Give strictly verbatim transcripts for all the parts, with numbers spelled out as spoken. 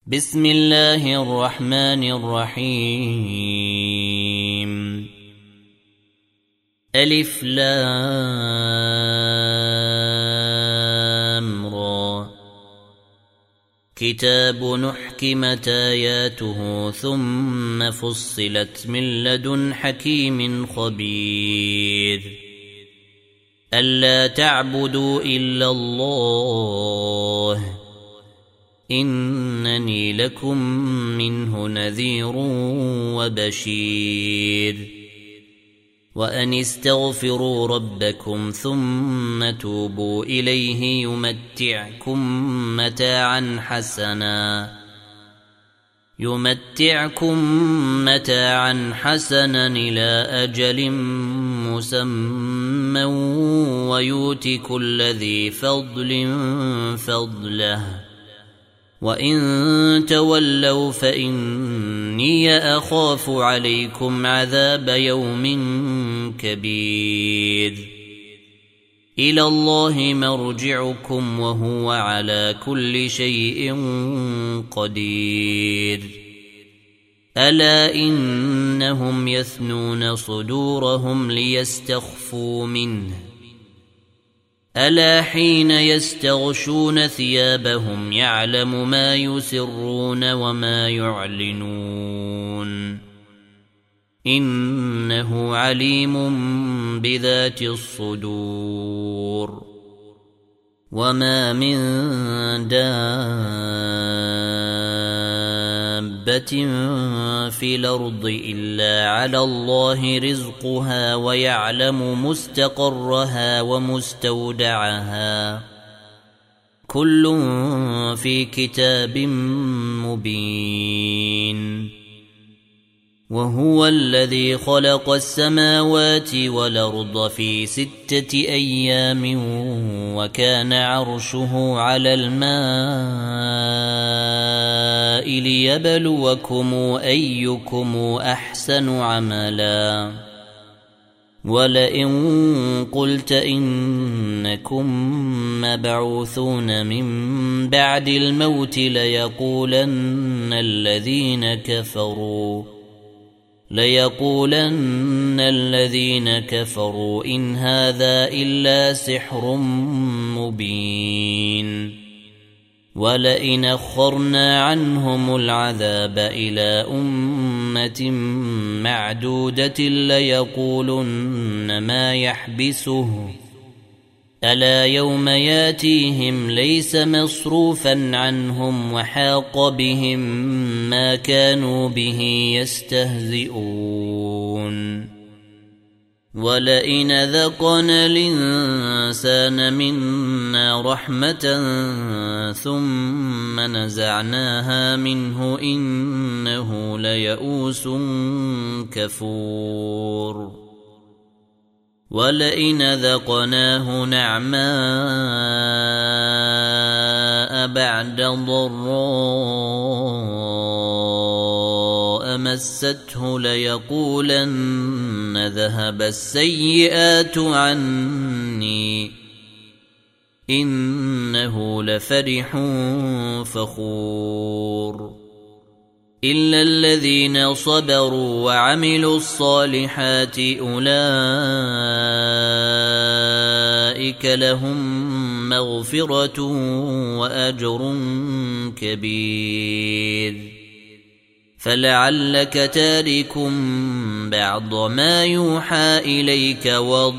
بسم الله الرحمن الرحيم. ألف لام را. كتاب نحكمت آياته ثم فصلت من لدن حكيم خبير. ألا تعبدوا إلا الله إنني لكم منه نذير وبشير. وأن استغفروا ربكم ثم توبوا إليه يمتعكم متاعا حسنا يمتعكم متاعا حسنا إلى أجل مسمى ويؤت كل ذي فضل فضله وإن تولوا فإني أخاف عليكم عذاب يوم كبير. إلى الله مرجعكم وهو على كل شيء قدير. ألا إنهم يثنون صدورهم ليستخفوا منه ألا حين يستغشون ثيابهم يعلم ما يسرون وما يعلنون إنه عليم بذات الصدور. وما من دابة في الأرض إلا على الله رزقها ويعلم مستقرها ومستودعها كل في كتاب مبين. وهو الذي خلق السماوات والأرض في ستة أيام وكان عرشه على الماء ليبلوكم أيكم أحسن عملا. ولئن قلت إنكم مبعوثون من بعد الموت ليقولن الذين كفروا ليقولن الذين كفروا إن هذا إلا سحر مبين. ولئن أخرنا عنهم العذاب إلى أمة معدودة ليقولن ما يحبسه ألا يوم ياتيهم ليس مصروفا عنهم وحاق بهم ما كانوا به يستهزئون. ولئن ذقنا الإنسان منا رحمة ثم نزعناها منه إنه ليئوس كفور. ولئن ذقناه نعماء بعد ضراء مسته ليقولن ذهب السيئات عني إنه لفرح فخور. إلا الذين صبروا وعملوا الصالحات أولئك لهم مغفرة وأجر كبير. فلعلك تارك بعض ما يوحى إليك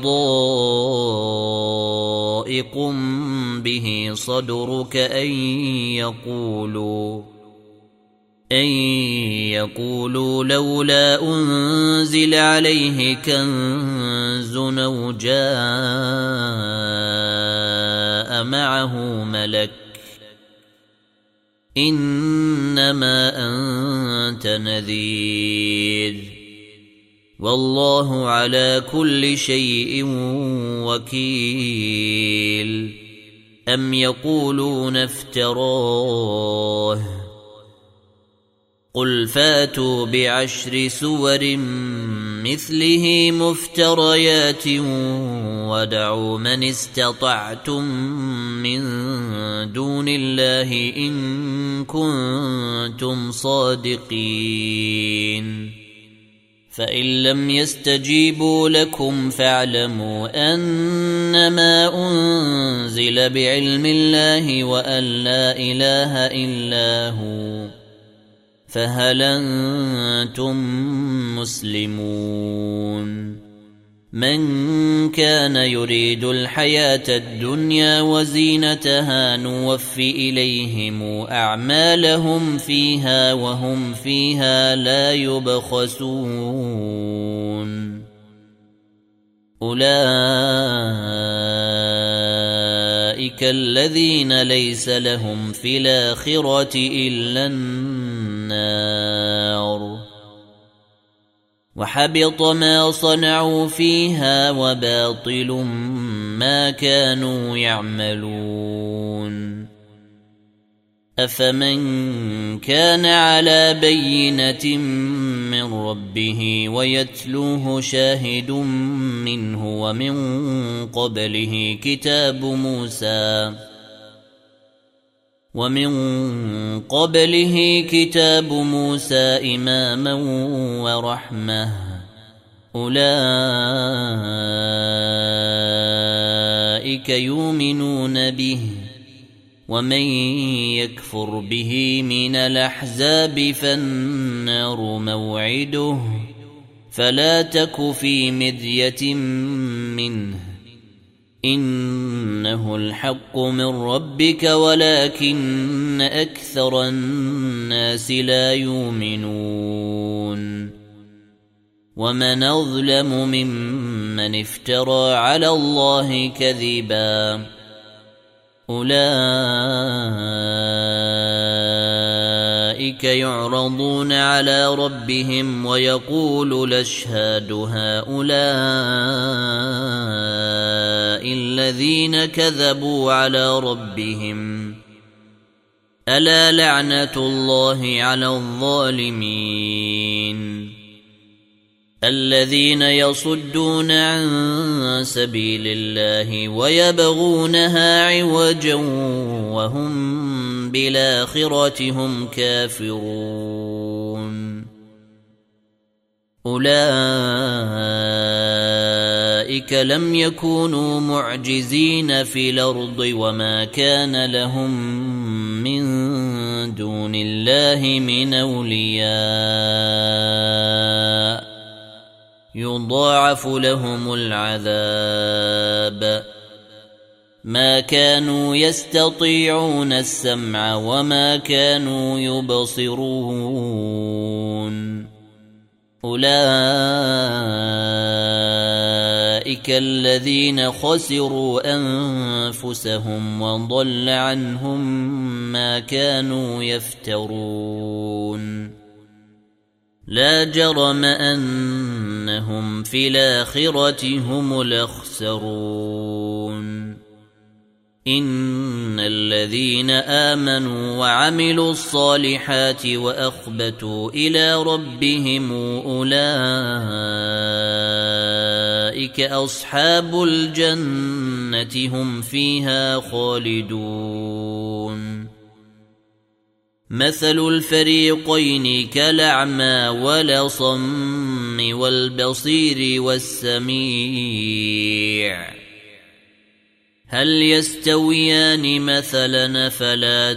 وضائق به صدرك أن يقولوا أن يقولوا لولا أنزل عليه كنز أو جاء معه ملك إنما أنت نذير والله على كل شيء وكيل. أم يقولون افتراه قل فاتوا بعشر سور مثله مفتريات ودعوا من استطعتم من دون دون الله إن كنتم صادقين فإن لم يستجيبوا لكم فاعلموا أنما أنزل بعلم الله وأن لا إله إلا هو فهل أنتم مسلمون من كان يريد الحياة الدنيا وزينتها نوفي إليهم أعمالهم فيها وهم فيها لا يبخسون أولئك الذين ليس لهم في الآخرة إلا النار وحبط ما صنعوا فيها وباطل ما كانوا يعملون أفمن كان على بينة من ربه ويتلوه شاهد منه ومن قبله كتاب موسى ومن قبله كتاب موسى إماما ورحمة أولئك يؤمنون به ومن يكفر به من الأحزاب فالنار موعده فلا تك في مرية منه إنه الحق من ربك ولكن أكثر الناس لا يؤمنون ومن أظلم ممن افترى على الله كذبا أولئك يعرضون على ربهم ويقول الأشهاد هؤلاء الذين كذبوا على ربهم ألا لعنة الله على الظالمين الذين يصدون عن سبيل الله ويبغونها عوجا وهم بالآخرة هم كافرون أولئك لم يكونوا معجزين في الأرض وما كان لهم من دون الله من أولياء يضاعف لهم العذاب ما كانوا يستطيعون السمع وما كانوا يبصرون أولئك الذين خسروا أنفسهم وضل عنهم ما كانوا يفترون لا جرم أنهم في الآخرة هم الأخسرون إن الذين آمنوا وعملوا الصالحات وأخبتوا إلى ربهم أولئك أصحاب الجنة هم فيها خالدون مثل الفريقين كالأعمى والأصم والبصير والسميع هل يستويان مثلا فلا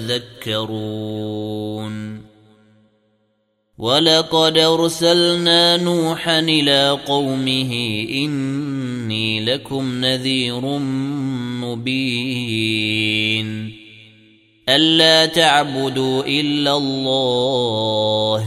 تذكرون ولقد أرسلنا نوحا إلى قومه إني لكم نذير مبين ألا تعبدوا إلا الله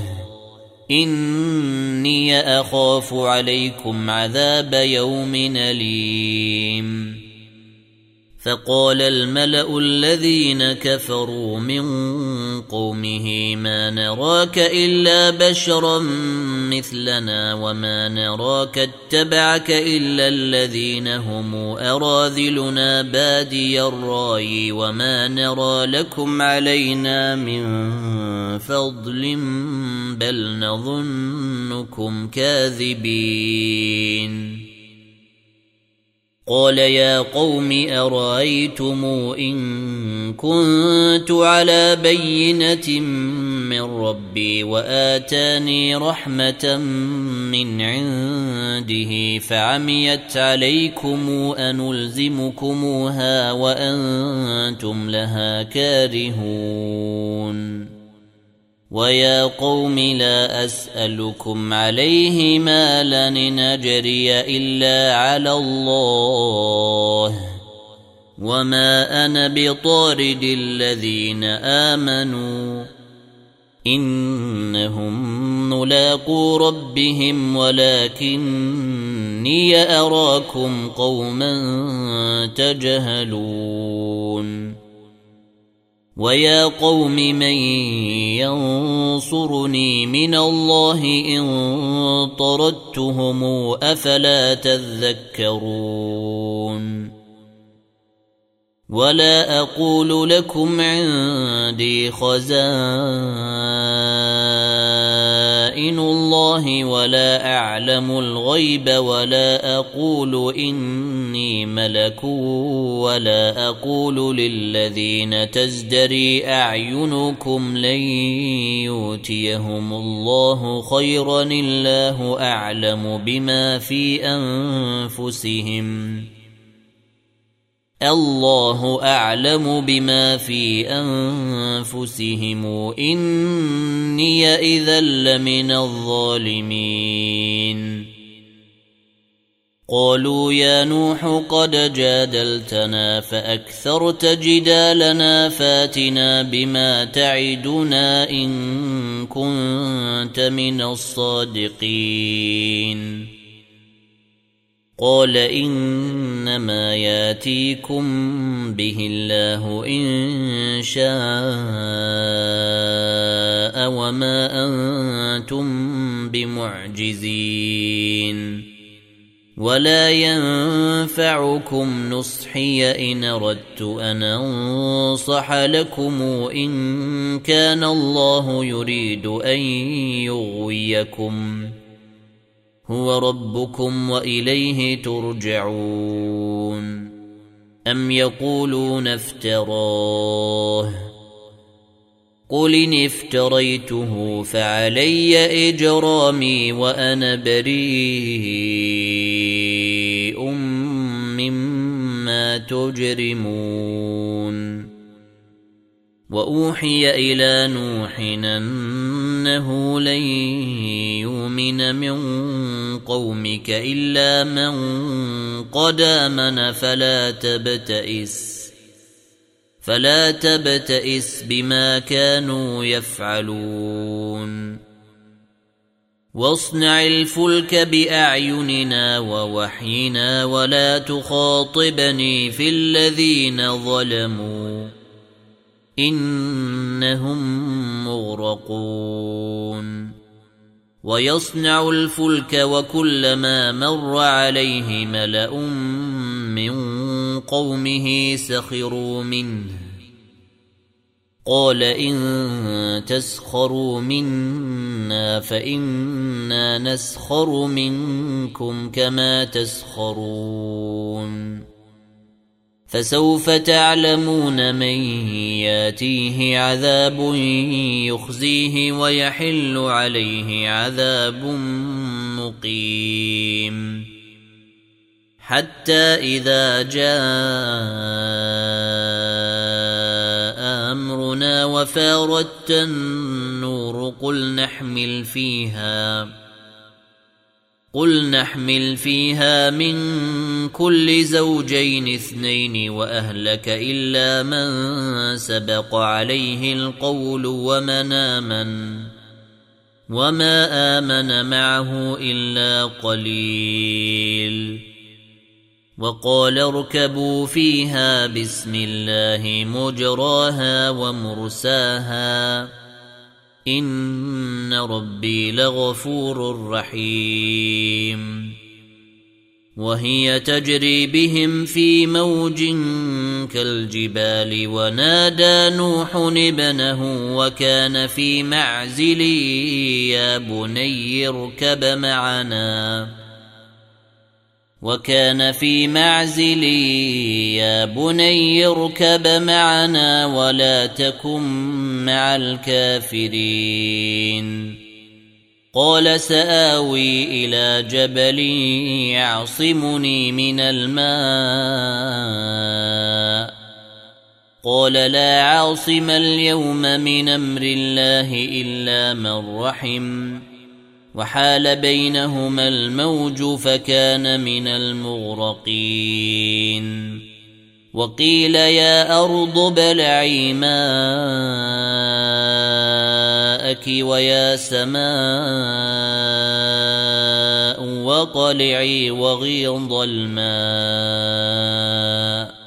إني أخاف عليكم عذاب يوم أليم فقال الملأ الذين كفروا من قومه ما نراك إلا بشرا مثلنا وما نراك اتبعك إلا الذين هم أراذلنا بادي الرأي وما نرى لكم علينا من فضل بل نظنكم كاذبين قال يا قوم أرأيتم إن كنت على بينة من ربي وآتاني رحمة من عنده فعميت عليكم أنلزمكموها وأنتم لها كارهون ويا قوم لا أسألكم عليه مالا إن أجري إلا على الله وما أنا بطارد الذين آمنوا إنهم ملاقو ربهم ولكني أراكم قوما تجهلون ويا قوم من ينصرني من الله إن طردتهم أفلا تذكرون ولا أقول لكم عندي خزائن الله ولا أعلم الغيب ولا أقول إني ملك ولا أقول للذين تزدري أعينكم لن يؤتيهم الله خيرا الله أعلم بما في أنفسهم الله أعلم بما في أنفسهم إني إذا لمن الظالمين قالوا يا نوح قد جادلتنا فأكثرت جدالنا فاتنا بما تعدنا إن كنت من الصادقين قال إنما ياتيكم به الله إن شاء وما أنتم بمعجزين ولا ينفعكم نصحي إن أردت أن أنصح لكم إن كان الله يريد أن يغويكم هو ربكم وإليه ترجعون أم يقولون افتراه قل إن افتريته فعلي إجرامي وأنا بريء مما تجرمون وأوحي إلى نوح أنه لن يؤمن من قومك إلا من قد آمن فلا تبتئس فلا تبتئس بما كانوا يفعلون واصنع الفلك بأعيننا ووحينا ولا تخاطبني في الذين ظلموا إنهم مغرقون ويصنع الفلك وكلما مر عليه ملأ من قومه سخروا منه قال إن تسخروا منا فإنا نسخر منكم كما تسخرون فسوف تعلمون من ياتيه عذاب يخزيه ويحل عليه عذاب مقيم حتى إذا جاء أمرنا وفارت النور قل نحمل فيها قل نحمل فيها من كل زوجين اثنين وأهلك إلا من سبق عليه القول ومن آمن وما آمن معه إلا قليل وقال اركبوا فيها بسم الله مجراها ومرساها إن ربي لغفور رحيم وهي تجري بهم في موج كالجبال ونادى نوح ابنه وكان في معزل يا بني اركب معنا وكان في معزل يا بني اركب معنا ولا تكن مع الكافرين قال سآوي إلى جبل يعصمني من الماء قال لا عاصم اليوم من أمر الله إلا من رحم وحال بينهما الموج فكان من المغرقين وقيل يا أرض ابلعي ماءك ويا سماء وقلعي وغيض الماء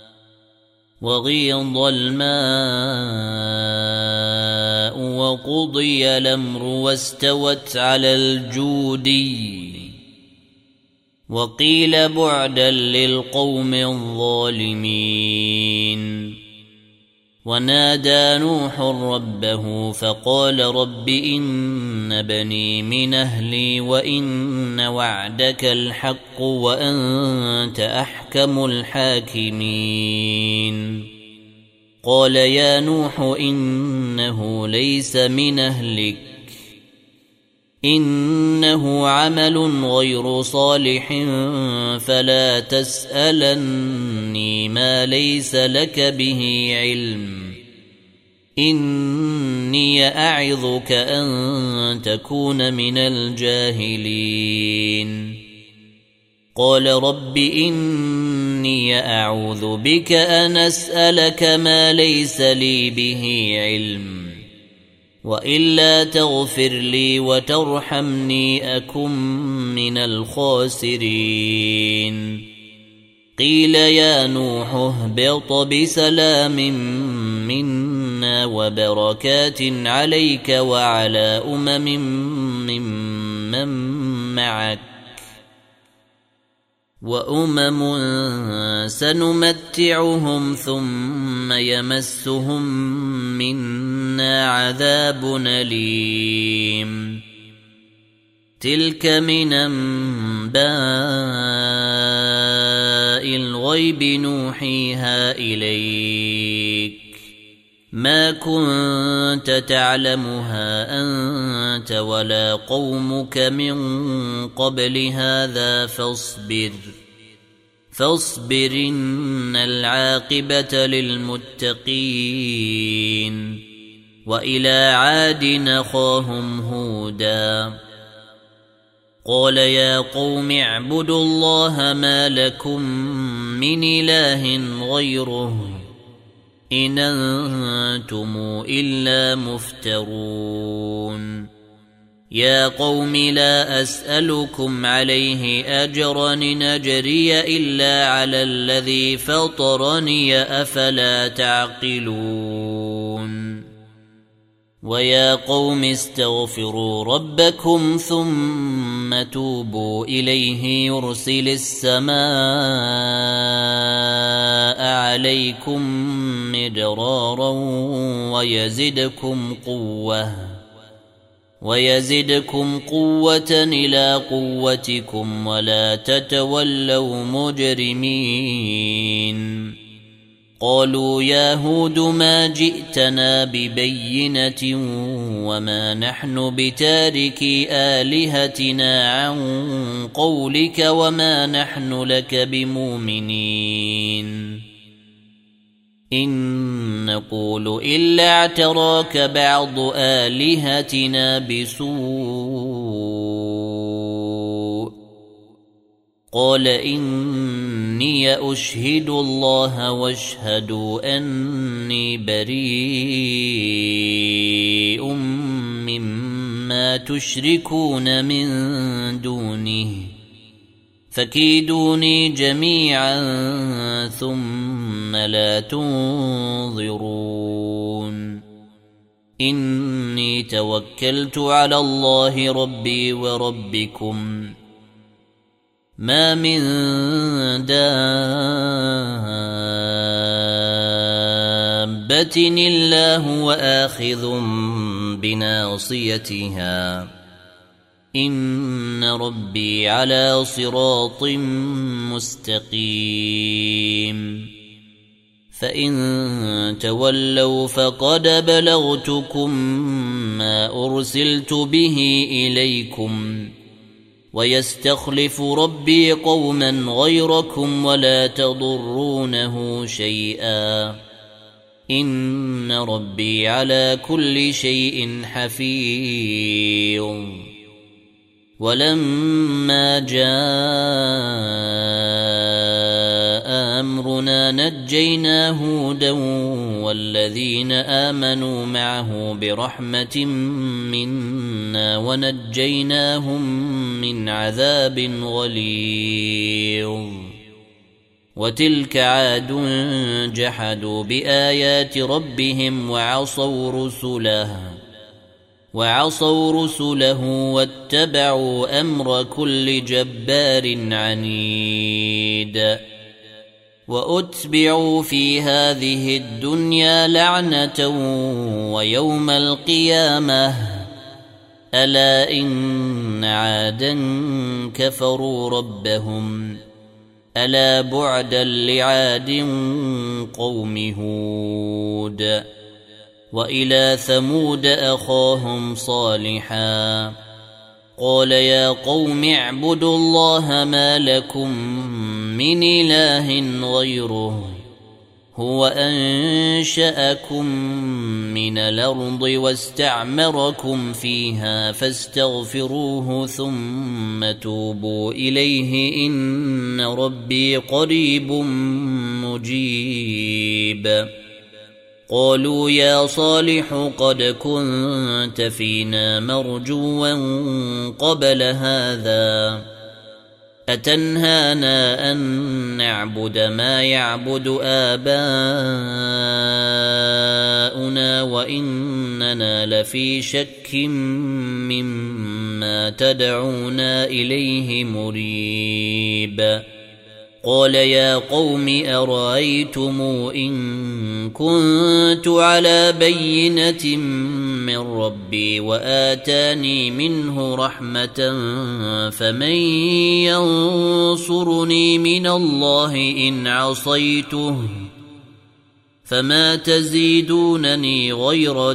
وغيض الماء وقضي الأمر واستوت على الجودي وقيل بعدا للقوم الظالمين ونادى نوح ربه فقال رب إن بني من أهلي وإن وعدك الحق وأنت أحكم الحاكمين قال يا نوح إنه ليس من أهلك إنه عمل غير صالح فلا تسألني ما ليس لك به علم إني أعظك أن تكون من الجاهلين قال رب إني أعوذ بك أن أسألك ما ليس لي به علم وإلا تغفر لي وترحمني أكن من الخاسرين قيل يا نوح اهبط بسلام منا وبركات عليك وعلى أمم ممن معك وأمم سنمتعهم ثم يمسهم منا عذاب أليم تلك من أنباء الغيب نوحيها إليك ما كنت تعلمها أنت ولا قومك من قبل هذا فاصبر فاصبر إن العاقبة للمتقين وإلى عاد أخاهم هودا قال يا قوم اعبدوا الله ما لكم من إله غيره إن أنتم إلا مفترون يا قوم لا أسألكم عليه أجرا إن أجري إلا على الذي فطرني أفلا تعقلون ويا قوم استغفروا ربكم ثم توبوا إليه يرسل السماء عليكم مدرارا ويزدكم قوة ويزدكم قوة إلى قوتكم ولا تتولوا مجرمين قالوا يا هود ما جئتنا ببينة وما نحن بتاركي آلهتنا عن قولك وما نحن لك بمؤمنين إن نقول إلا اعتراك بعض آلهتنا بسوء قال إني أشهد الله واشهدوا أني بريء مما تشركون من دونه فكيدوني جميعا ثم لا تنظرون إني توكلت على الله ربي وربكم ما من دابة إلا هو آخذ بناصيتها إن ربي على صراط مستقيم فإن تولوا فقد بلغتكم ما أرسلت به إليكم ويستخلف ربي قوما غيركم ولا تضرونه شيئا إن ربي على كل شيء حفيظ. ولما جاء أمرنا نجينا هودا والذين آمنوا معه برحمة منا ونجيناهم من عذاب غليظ. وتلك عاد جحدوا بآيات ربهم وعصوا رسله وعصوا رسله واتبعوا أمر كل جبار عنيد. وأتبعوا في هذه الدنيا لعنة ويوم القيامة ألا إن عادا كفروا ربهم ألا بعدا لعاد قوم هود. وإلى ثمود أخاهم صالحا قال يا قوم اعبدوا الله ما لكم من إله غيره هو أنشأكم من الأرض واستعمركم فيها فاستغفروه ثم توبوا إليه إن ربي قريب مجيب. قالوا يا صالح قد كنت فينا مرجوا قبل هذا أتنهانا أن نعبد ما يعبد آباؤنا وإننا لفي شك مما تدعونا إليه مريب. قال يا قوم أرأيتم إن كنت على بينة من ربي وآتاني منه رحمة فمن ينصرني من الله إن عصيته فما تزيدونني غير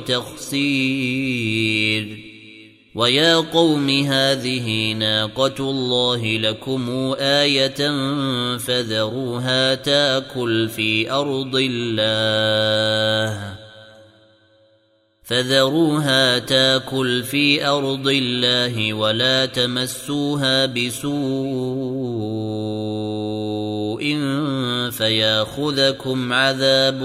تخسير. ويا قوم هذه ناقة الله لكم آية فذروها تأكل في أرض الله فذروها تأكل في أرض الله ولا تمسوها بسوء فياخذكم عذاب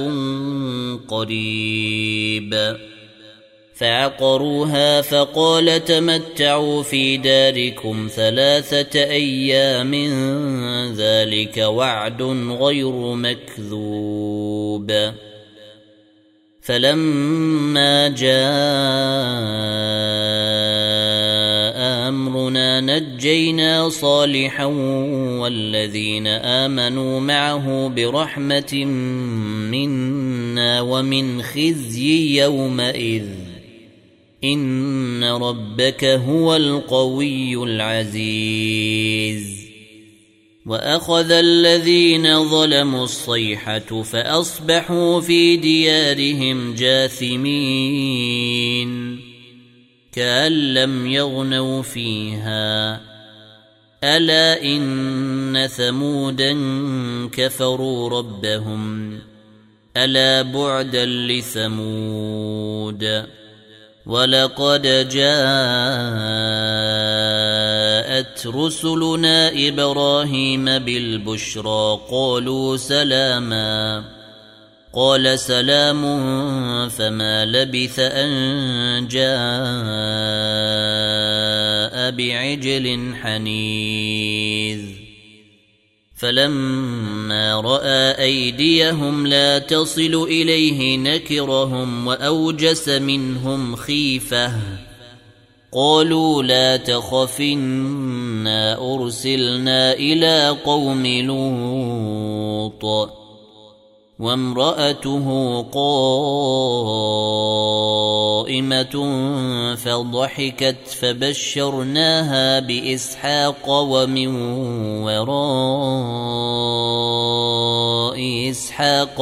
قريب. فعقروها فقال تمتعوا في داركم ثلاثة أيام ذلك وعد غير مكذوب. فلما جاء أمرنا نجينا صالحا والذين آمنوا معه برحمة منا ومن خزي يومئذ إن ربك هو القوي العزيز. وأخذ الذين ظلموا الصيحة فأصبحوا في ديارهم جاثمين كأن لم يغنوا فيها ألا إن ثمودا كفروا ربهم ألا بعدا لثمود. ولقد جاءت رسلنا إبراهيم بالبشرى قالوا سلاما قال سلام فما لبث أن جاء بعجل حنيذ. فلما رأى أيديهم لا تصل إليه نكرهم وأوجس منهم خيفة قالوا لا تخف إنا أرسلنا إلى قوم لوط وامرأته قائمة مفطمة فضحكت فبشرناها بإسحاق ومن وراء إسحاق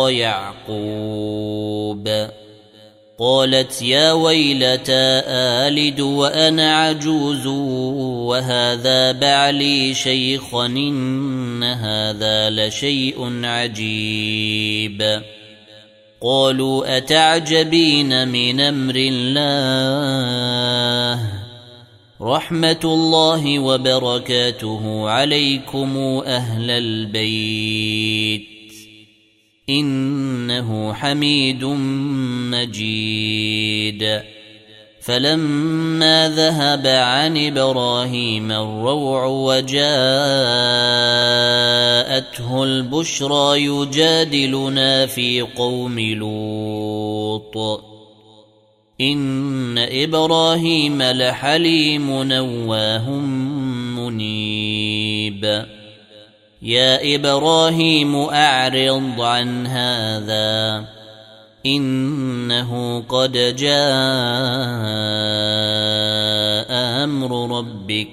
يعقوب. قالت يا ويلتى آلد وأنا عجوز وهذا بعلي شيخا إن هذا لشيء عجيب. قالوا أتعجبين من أمر الله رحمة الله وبركاته عليكم أهل البيت إنه حميد مجيد. فلما ذهب عن إبراهيم الروع وجاءته البشرى يجادلنا في قوم لوط إن إبراهيم لحليم نواه منيب. يا إبراهيم أعرض عن هذا إنه قد جاء أمر ربك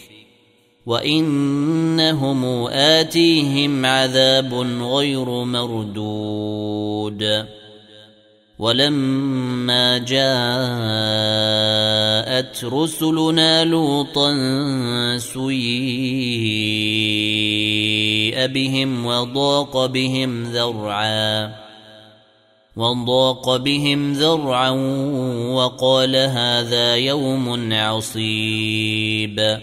وإنهم آتيهم عذاب غير مردود. ولما جاءت رسلنا لوطا سيئ بهم وضاق بهم ذرعا وضاق بهم ذرعا وقال هذا يوم عصيب.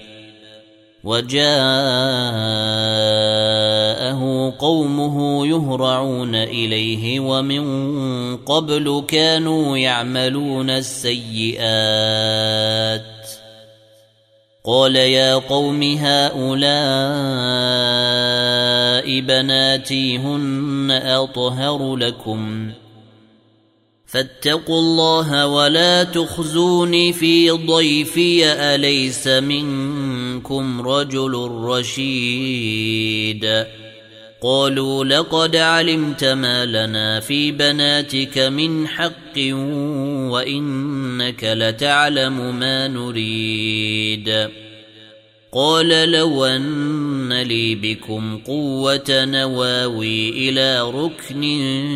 وجاءه قومه يهرعون إليه ومن قبل كانوا يعملون السيئات. قال يا قوم هؤلاء بناتي هن أطهر لكم فاتقوا الله ولا تخزوني في ضيفي أليس منكم رجل رشيد. قالوا لقد علمت ما لنا في بناتك من حق وإنك لتعلم ما نريد. قال لو أن لي بكم قوة نواوي إلى ركن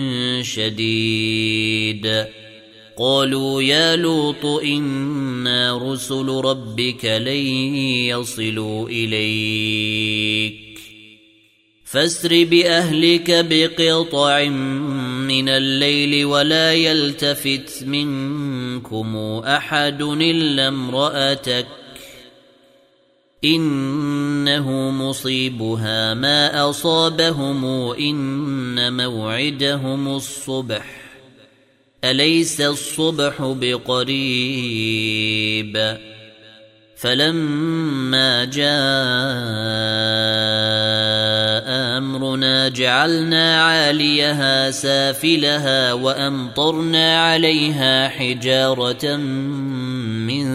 شديد. قالوا يا لوط إنا رسل ربك لن يصلوا إليك فاسر بأهلك بقطع من الليل ولا يلتفت منكم أحد إلا امرأتك إنه مصيبها ما أصابهم إن موعدهم الصبح أليس الصبح بقريب. فلما جاء أمرنا جعلنا عاليها سافلها وأمطرنا عليها حجارة من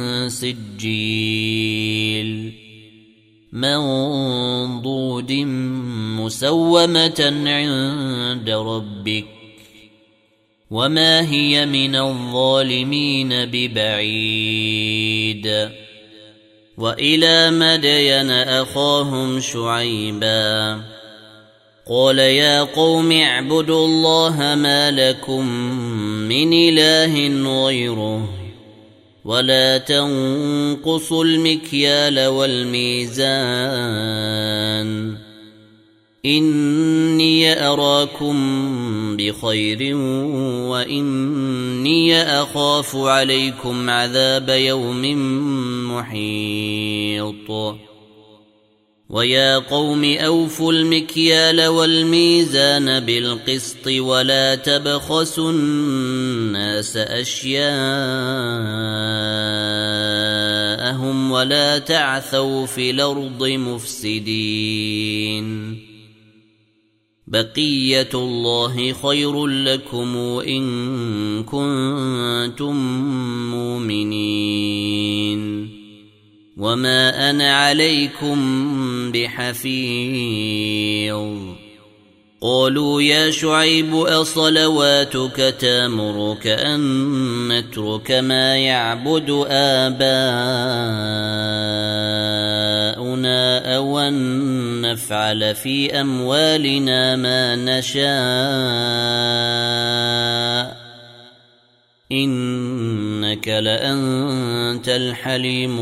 سجيل منضود مسومة عند ربك وما هي من الظالمين ببعيد. وإلى مدين أخاهم شعيبا قال يا قوم اعبدوا الله ما لكم من إله غيره ولا تنقصوا المكيال والميزان إني أراكم بخير وإني أخاف عليكم عذاب يوم محيط. ويا قوم أوفوا المكيال والميزان بالقسط ولا تبخسوا الناس أشياءهم ولا تعثوا في الأرض مفسدين. بقية الله خير لكم إن كنتم مؤمنين وما أنا عليكم بحفيظ. قالوا يا شعيب أصلواتك تامرك أن نترك ما يعبد آباؤنا أو أن نفعل في أموالنا ما نشاء إنك لأنت الحليم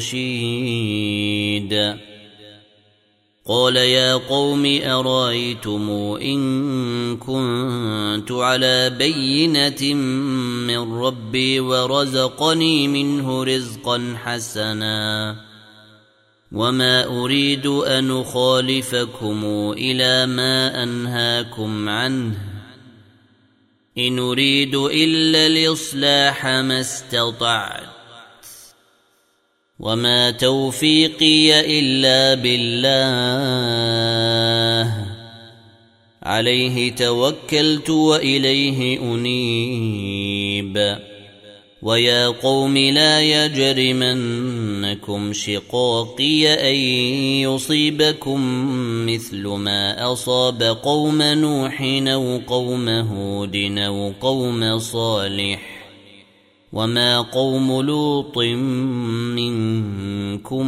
الرشيد قال يا قوم أرأيتم إن كنت على بينة من ربي ورزقني منه رزقا حسنا وما أريد أن أخالفكم إلى ما أنهاكم عنه إن أريد إلا الإصلاح ما استطعت وما توفيقي إلا بالله عليه توكلت وإليه أنيب ويا قوم لا يجرمنكم شقاقي أن يصيبكم مثل ما أصاب قوم نوح أو قوم هود أو قوم صالح وما قوم لوط منكم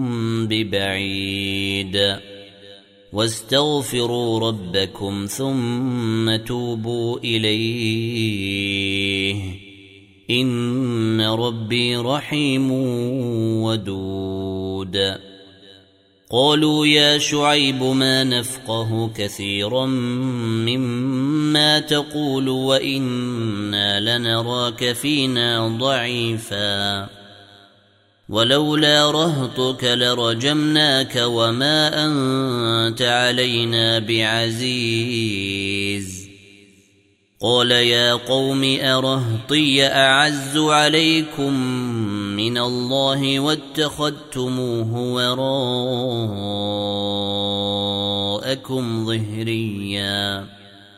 ببعيد واستغفروا ربكم ثم توبوا إليه إن ربي رحيم ودود قالوا يا شعيب ما نفقه كثيرا مما تقول وإنا لنراك فينا ضعيفا ولولا رهطك لرجمناك وما أنت علينا بعزيز قال يا قوم أرهطي أعز عليكم من الله واتخذتموه وراءكم ظهريا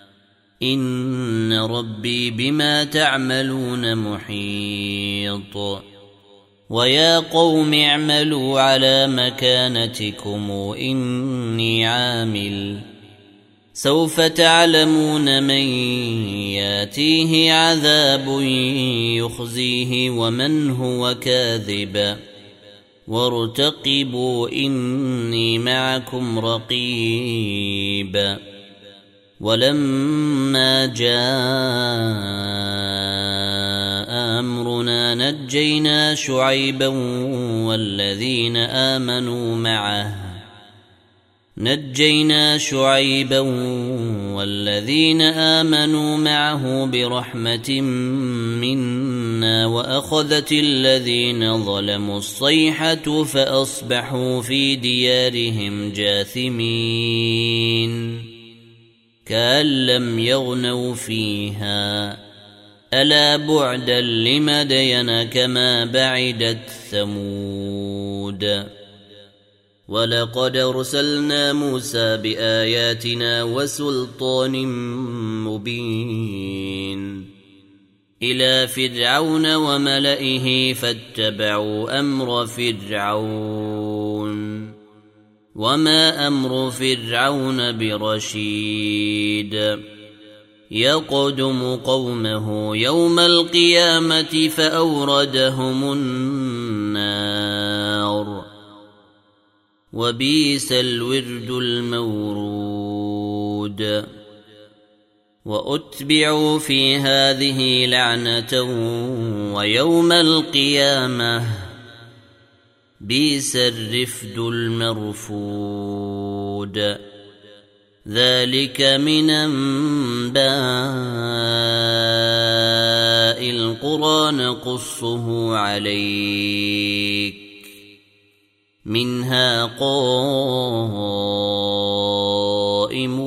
إن ربي بما تعملون محيط ويا قوم اعملوا على مكانتكم إني عامل سوف تعلمون من ياتيه عذاب يخزيه ومن هو كاذب وارتقبوا إني معكم رقيب ولما جاء أمرنا نجينا شعيبا والذين آمنوا معه نجينا شعيبا والذين آمنوا معه برحمة منا وأخذت الذين ظلموا الصيحة فأصبحوا في ديارهم جاثمين كأن لم يغنوا فيها ألا بعدا لمدين كما بعدت ثمود ولقد أرسلنا موسى بآياتنا وسلطان مبين إلى فرعون وملئه فاتبعوا أمر فرعون وما أمر فرعون برشيد يقدم قومه يوم القيامة فأوردهم النار وبئس الورد المورود وأتبعوا في هذه لعنة ويوم القيامة بئس الرفد المرفود ذلك من أنباء القرى نقصه عليك منها قائم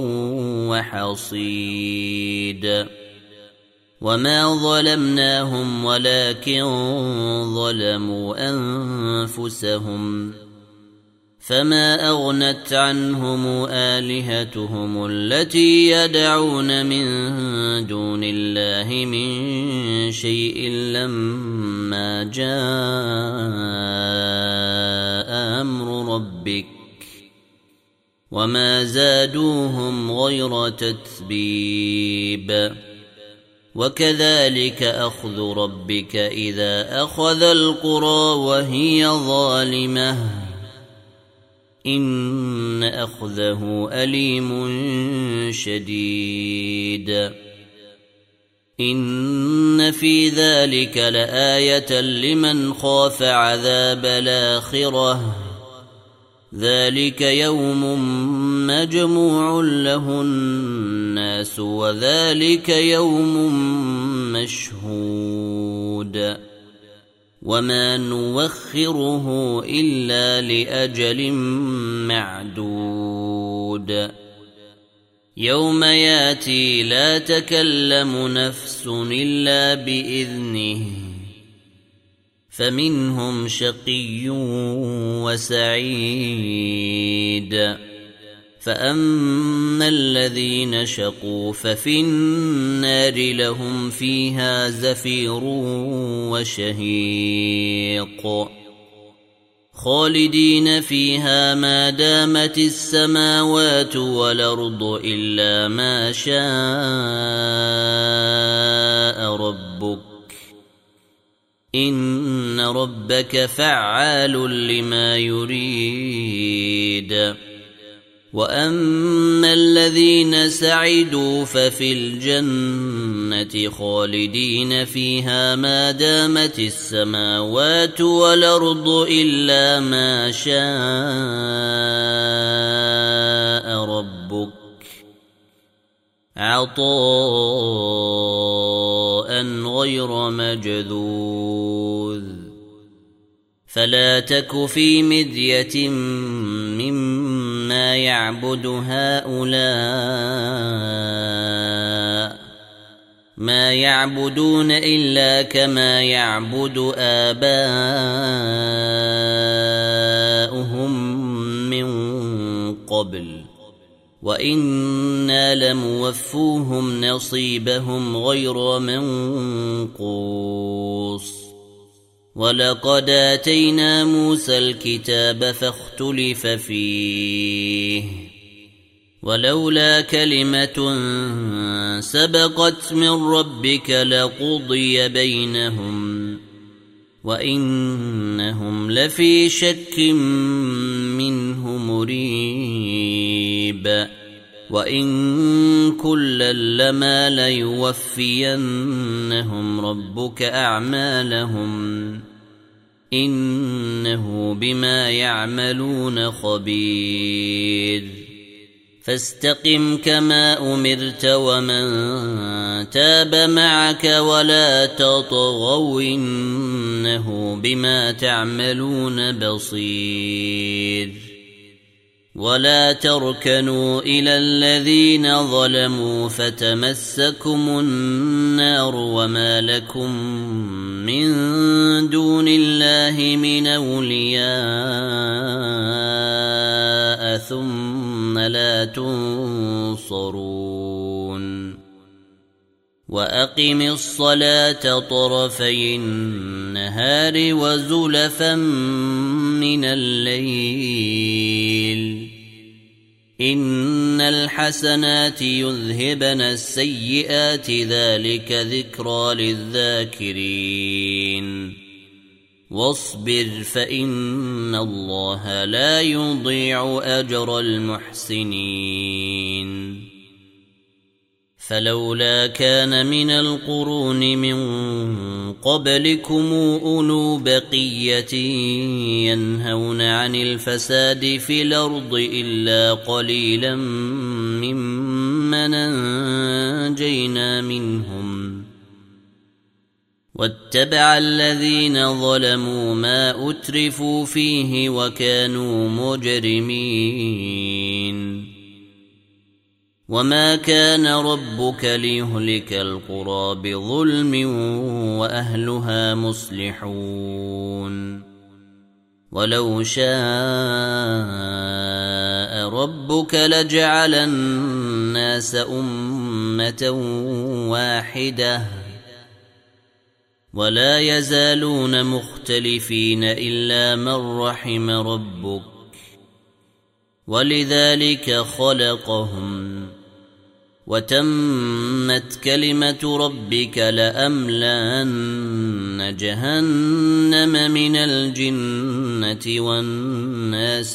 وحصيد وما ظلمناهم ولكن ظلموا أنفسهم فما أغنت عنهم آلهتهم التي يدعون من دون الله من شيء لما جاء أمر ربك وما زادوهم غير تتبيب وكذلك أخذ ربك إذا أخذ القرى وهي ظالمة إن أخذه أليم شديد إن في ذلك لآية لمن خاف عذاب الآخرة ذلك يوم مجموع له الناس وذلك يوم مشهود وما نوخره إلا لأجل معدود يوم ياتي لا تكلم نفس إلا بإذنه فمنهم شقي وسعيد فأما الذين شقوا ففي النار لهم فيها زفير وشهيق خالدين فيها ما دامت السماوات والأرض إلا ما شاء ربك إن ربك فعال لما يريد وأما الذين سعدوا ففي الجنة خالدين فيها ما دامت السماوات والأرض إلا ما شاء ربك عطاء غير مجذوذ فلا تك في مذية مما يعبد هؤلاء ما يعبدون إلا كما يعبد آباؤهم من قبل وإنا لموفوهم نصيبهم غير منقوص ولقد آتينا موسى الكتاب فاختلف فيه ولولا كلمة سبقت من ربك لقضي بينهم وإنهم لفي شك منه مريب وإن كلا لما ليوفينهم ربك أعمالهم إنه بما يعملون خبير فاستقم كما أمرت ومن تاب معك ولا تطغوا إنه بما تعملون بصير ولا تركنوا إلى الذين ظلموا فتمسكم النار وما لكم من دون الله من أولياء ثم لا تنصرون وأقم الصلاة طرفي النهار وزلفا من الليل إن الحسنات يذهبن السيئات ذلك ذكرى للذاكرين واصبر فإن الله لا يضيع أجر المحسنين فلولا كان من القرون من قبلكم أولو بقية ينهون عن الفساد في الأرض إلا قليلا ممن أنجينا منهم واتبع الذين ظلموا ما أترفوا فيه وكانوا مجرمين وما كان ربك ليهلك القرى بظلم وأهلها مصلحون ولو شاء ربك لجعل الناس أمة واحدة ولا يزالون مختلفين إلا من رحم ربك ولذلك خلقهم وتمت كلمة ربك لأملأن جهنم من الجنة والناس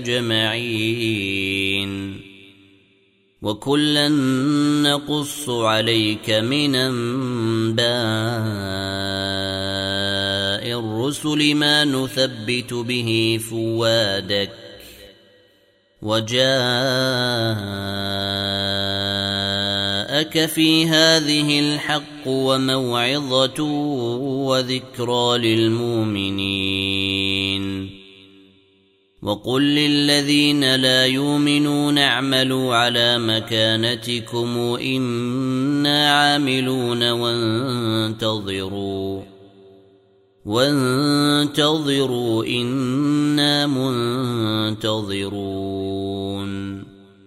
أجمعين وكلا نقص عليك من أنباء الرسل ما نثبت به فؤادك وجاءك في هذه الحق وموعظة وذكرى للمؤمنين وقل للذين لا يؤمنون اعملوا على مكانتكم إنا عاملون وانتظروا وانتظروا إنا منتظرون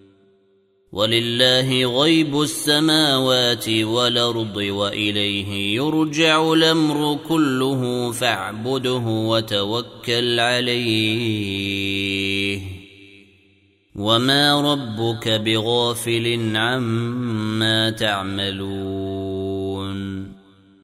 ولله غيب السماوات والأرض وإليه يرجع الأمر كله فاعبده وتوكل عليه وما ربك بغافل عما تعملون